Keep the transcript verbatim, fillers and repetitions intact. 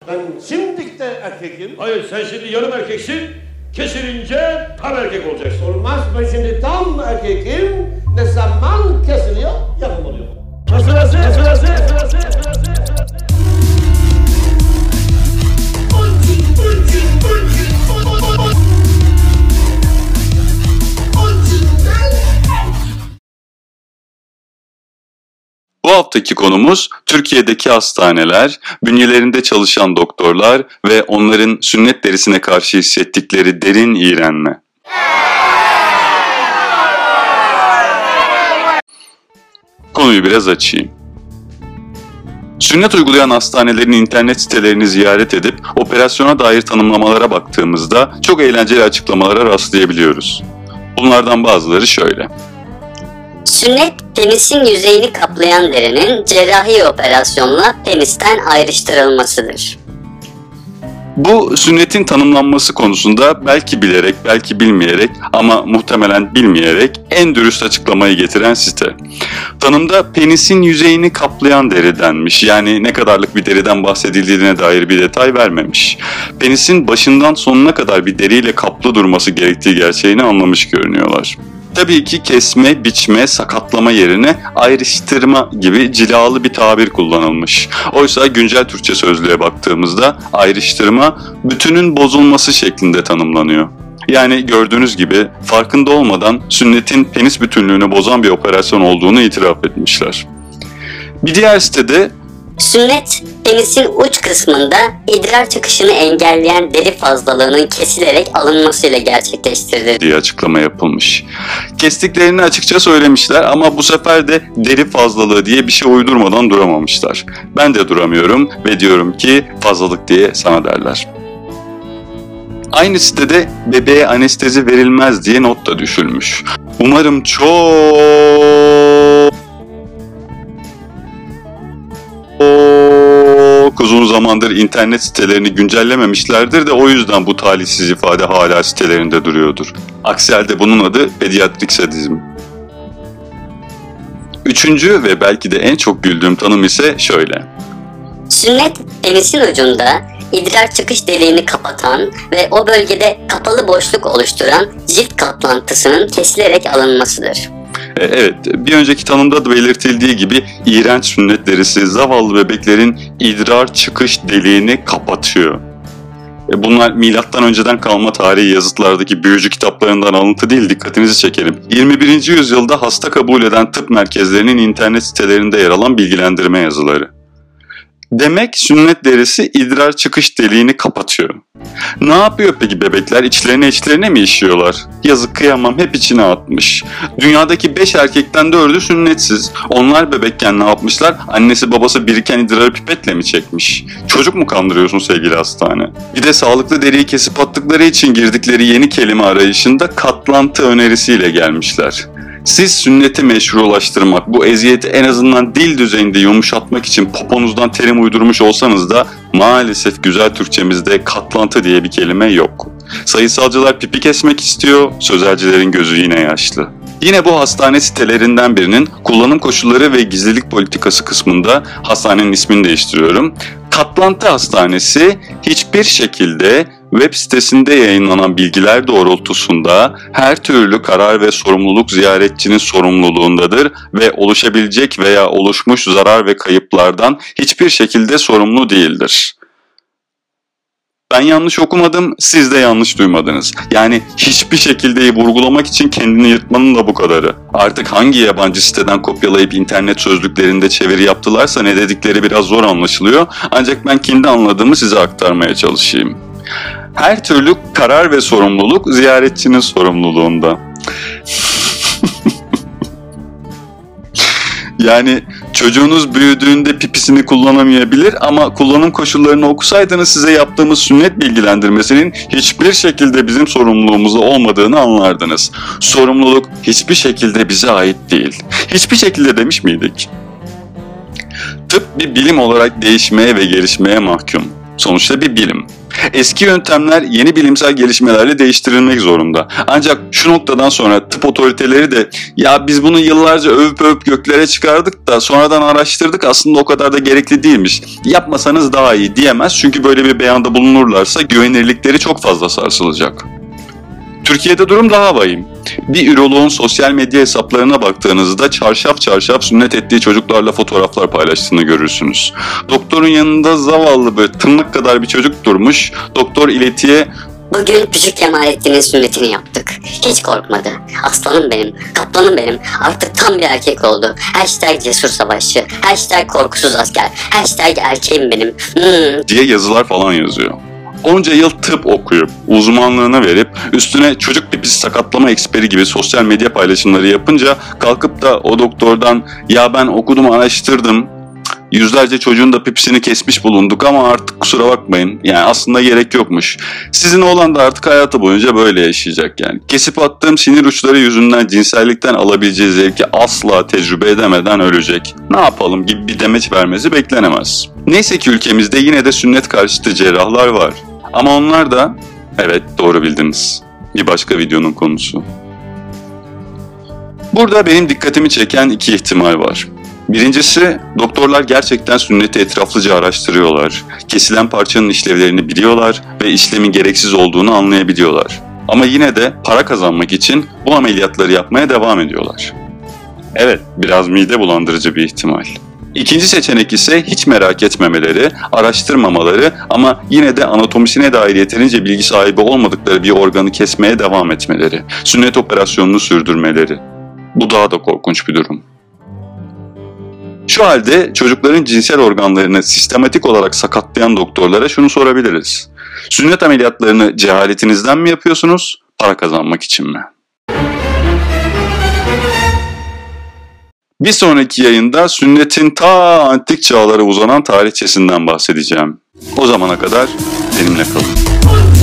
Ben şimdilik de erkekim. Hayır, sen şimdi yarım erkeksin, kesilince tam erkek olacaksın. Olmaz, ben şimdi tam erkekim. Ne zaman kesiliyor, yarım oluyor. Sırası, sırası, sırası, sırası. Bu haftaki konumuz Türkiye'deki hastaneler, bünyelerinde çalışan doktorlar ve onların sünnet derisine karşı hissettikleri derin iğrenme. Konuyu biraz açayım. Sünnet uygulayan hastanelerin internet sitelerini ziyaret edip operasyona dair tanımlamalara baktığımızda çok eğlenceli açıklamalara rastlayabiliyoruz. Bunlardan bazıları şöyle. Sünnet, penisin yüzeyini kaplayan derinin cerrahi operasyonla penisten ayrıştırılmasıdır. Bu sünnetin tanımlanması konusunda belki bilerek, belki bilmeyerek ama muhtemelen bilmeyerek en dürüst açıklamayı getiren site. Tanımda penisin yüzeyini kaplayan deri denmiş, yani ne kadarlık bir deriden bahsedildiğine dair bir detay vermemiş. Penisin başından sonuna kadar bir deriyle kaplı durması gerektiği gerçeğini anlamış görünüyorlar. Tabii ki kesme, biçme, sakatlama yerine ayrıştırma gibi cilalı bir tabir kullanılmış. Oysa güncel Türkçe sözlüğe baktığımızda ayrıştırma bütünün bozulması şeklinde tanımlanıyor. Yani gördüğünüz gibi farkında olmadan sünnetin penis bütünlüğünü bozan bir operasyon olduğunu itiraf etmişler. Bir diğer sitede Sünnet, penisin uç kısmında idrar çıkışını engelleyen deri fazlalığının kesilerek alınmasıyla gerçekleştirilir diye açıklama yapılmış. Kestiklerini açıkça söylemişler ama bu sefer de deri fazlalığı diye bir şey uydurmadan duramamışlar. Ben de duramıyorum ve diyorum ki fazlalık diye sana derler. Aynı sitede bebeğe anestezi verilmez diye not da düşülmüş. Umarım çok Çok uzun zamandır internet sitelerini güncellememişlerdir de o yüzden bu talihsiz ifade hala sitelerinde duruyordur. Aksi halde bunun adı pediatrik sadizm. Üçüncü ve belki de en çok güldüğüm tanım ise şöyle. Sünnet, penisin ucunda idrar çıkış deliğini kapatan ve o bölgede kapalı boşluk oluşturan cilt kaplantısının kesilerek alınmasıdır. Evet, bir önceki tanımda da belirtildiği gibi iğrenç sünnet derisi zavallı bebeklerin idrar çıkış deliğini kapatıyor. Bunlar milattan önceden kalma tarihi yazıtlardaki büyücü kitaplarından alıntı değil, dikkatinizi çekelim. yirmi birinci yüzyılda hasta kabul eden tıp merkezlerinin internet sitelerinde yer alan bilgilendirme yazıları. Demek sünnet derisi idrar çıkış deliğini kapatıyor. Ne yapıyor peki bebekler? İçlerine içlerine mi işiyorlar? Yazık, kıyamam, hep içine atmış. Dünyadaki beş erkekten dördü sünnetsiz. Onlar bebekken ne yapmışlar? Annesi babası biriken idrarı pipetle mi çekmiş? Çocuk mu kandırıyorsun sevgili hastane? Bir de sağlıklı deriyi kesip attıkları için girdikleri yeni kelime arayışında katlantı önerisiyle gelmişler. Siz sünneti meşrulaştırmak, bu eziyeti en azından dil düzeyinde yumuşatmak için poponuzdan terim uydurmuş olsanız da maalesef güzel Türkçemizde katlantı diye bir kelime yok. Sayısalcılar pipi kesmek istiyor, sözelcilerin gözü yine yaşlı. Yine bu hastane sitelerinden birinin kullanım koşulları ve gizlilik politikası kısmında hastanenin ismini değiştiriyorum. Katlantı Hastanesi hiçbir şekilde web sitesinde yayınlanan bilgiler doğrultusunda her türlü karar ve sorumluluk ziyaretçinin sorumluluğundadır ve oluşabilecek veya oluşmuş zarar ve kayıplardan hiçbir şekilde sorumlu değildir. Ben yanlış okumadım, siz de yanlış duymadınız. Yani hiçbir şekilde vurgulamak için kendini yırtmanın da bu kadarı. Artık hangi yabancı siteden kopyalayıp internet sözlüklerinde çeviri yaptılarsa ne dedikleri biraz zor anlaşılıyor. Ancak ben kendi anladığımı size aktarmaya çalışayım. Her türlü karar ve sorumluluk ziyaretçinin sorumluluğunda. Yani çocuğunuz büyüdüğünde pipisini kullanamayabilir ama kullanım koşullarını okusaydınız size yaptığımız sünnet bilgilendirmesinin hiçbir şekilde bizim sorumluluğumuzda olmadığını anlardınız. Sorumluluk hiçbir şekilde bize ait değil. Hiçbir şekilde demiş miydik? Tıp bir bilim olarak değişmeye ve gelişmeye mahkum. Sonuçta bir bilim. Eski yöntemler yeni bilimsel gelişmelerle değiştirilmek zorunda. Ancak şu noktadan sonra tıp otoriteleri de ya biz bunu yıllarca övüp övüp göklere çıkardık da sonradan araştırdık aslında o kadar da gerekli değilmiş. Yapmasanız daha iyi diyemez çünkü böyle bir beyanda bulunurlarsa güvenirlikleri çok fazla sarsılacak. Türkiye'de durum daha vahim. Bir üroloğun sosyal medya hesaplarına baktığınızda çarşaf çarşaf sünnet ettiği çocuklarla fotoğraflar paylaştığını görürsünüz. Doktorun yanında zavallı böyle tırnak kadar bir çocuk durmuş. Doktor iletiye Bugün küçük Kemalettin'in sünnetini yaptık. Hiç korkmadı. Aslanım benim, kaplanım benim. Artık tam bir erkek oldu. Hashtag cesur savaşçı. Hashtag korkusuz asker. Hashtag erkeğim benim. Hmm. diye yazılar falan yazıyor. Onca yıl tıp okuyup, uzmanlığını verip, üstüne çocuk pipisi sakatlama eksperi gibi sosyal medya paylaşımları yapınca kalkıp da o doktordan ya ben okudum araştırdım, yüzlerce çocuğun da pipisini kesmiş bulunduk ama artık kusura bakmayın yani aslında gerek yokmuş. Sizin oğlan da artık hayatı boyunca böyle yaşayacak yani. Kesip attığım sinir uçları yüzünden cinsellikten alabileceği zevki asla tecrübe edemeden ölecek. Ne yapalım gibi bir demeç vermesi beklenemez. Neyse ki ülkemizde yine de sünnet karşıtı cerrahlar var. Ama onlar da, evet doğru bildiniz, bir başka videonun konusu. Burada benim dikkatimi çeken iki ihtimal var. Birincisi, doktorlar gerçekten sünneti etraflıca araştırıyorlar. Kesilen parçanın işlevlerini biliyorlar ve işlemin gereksiz olduğunu anlayabiliyorlar. Ama yine de para kazanmak için bu ameliyatları yapmaya devam ediyorlar. Evet, biraz mide bulandırıcı bir ihtimal. İkinci seçenek ise hiç merak etmemeleri, araştırmamaları ama yine de anatomisine dair yeterince bilgi sahibi olmadıkları bir organı kesmeye devam etmeleri, sünnet operasyonunu sürdürmeleri. Bu daha da korkunç bir durum. Şu halde çocukların cinsel organlarını sistematik olarak sakatlayan doktorlara şunu sorabiliriz. Sünnet ameliyatlarını cehaletinizden mi yapıyorsunuz, para kazanmak için mi? Bir sonraki yayında sünnetin ta antik çağlara uzanan tarihçesinden bahsedeceğim. O zamana kadar benimle kalın.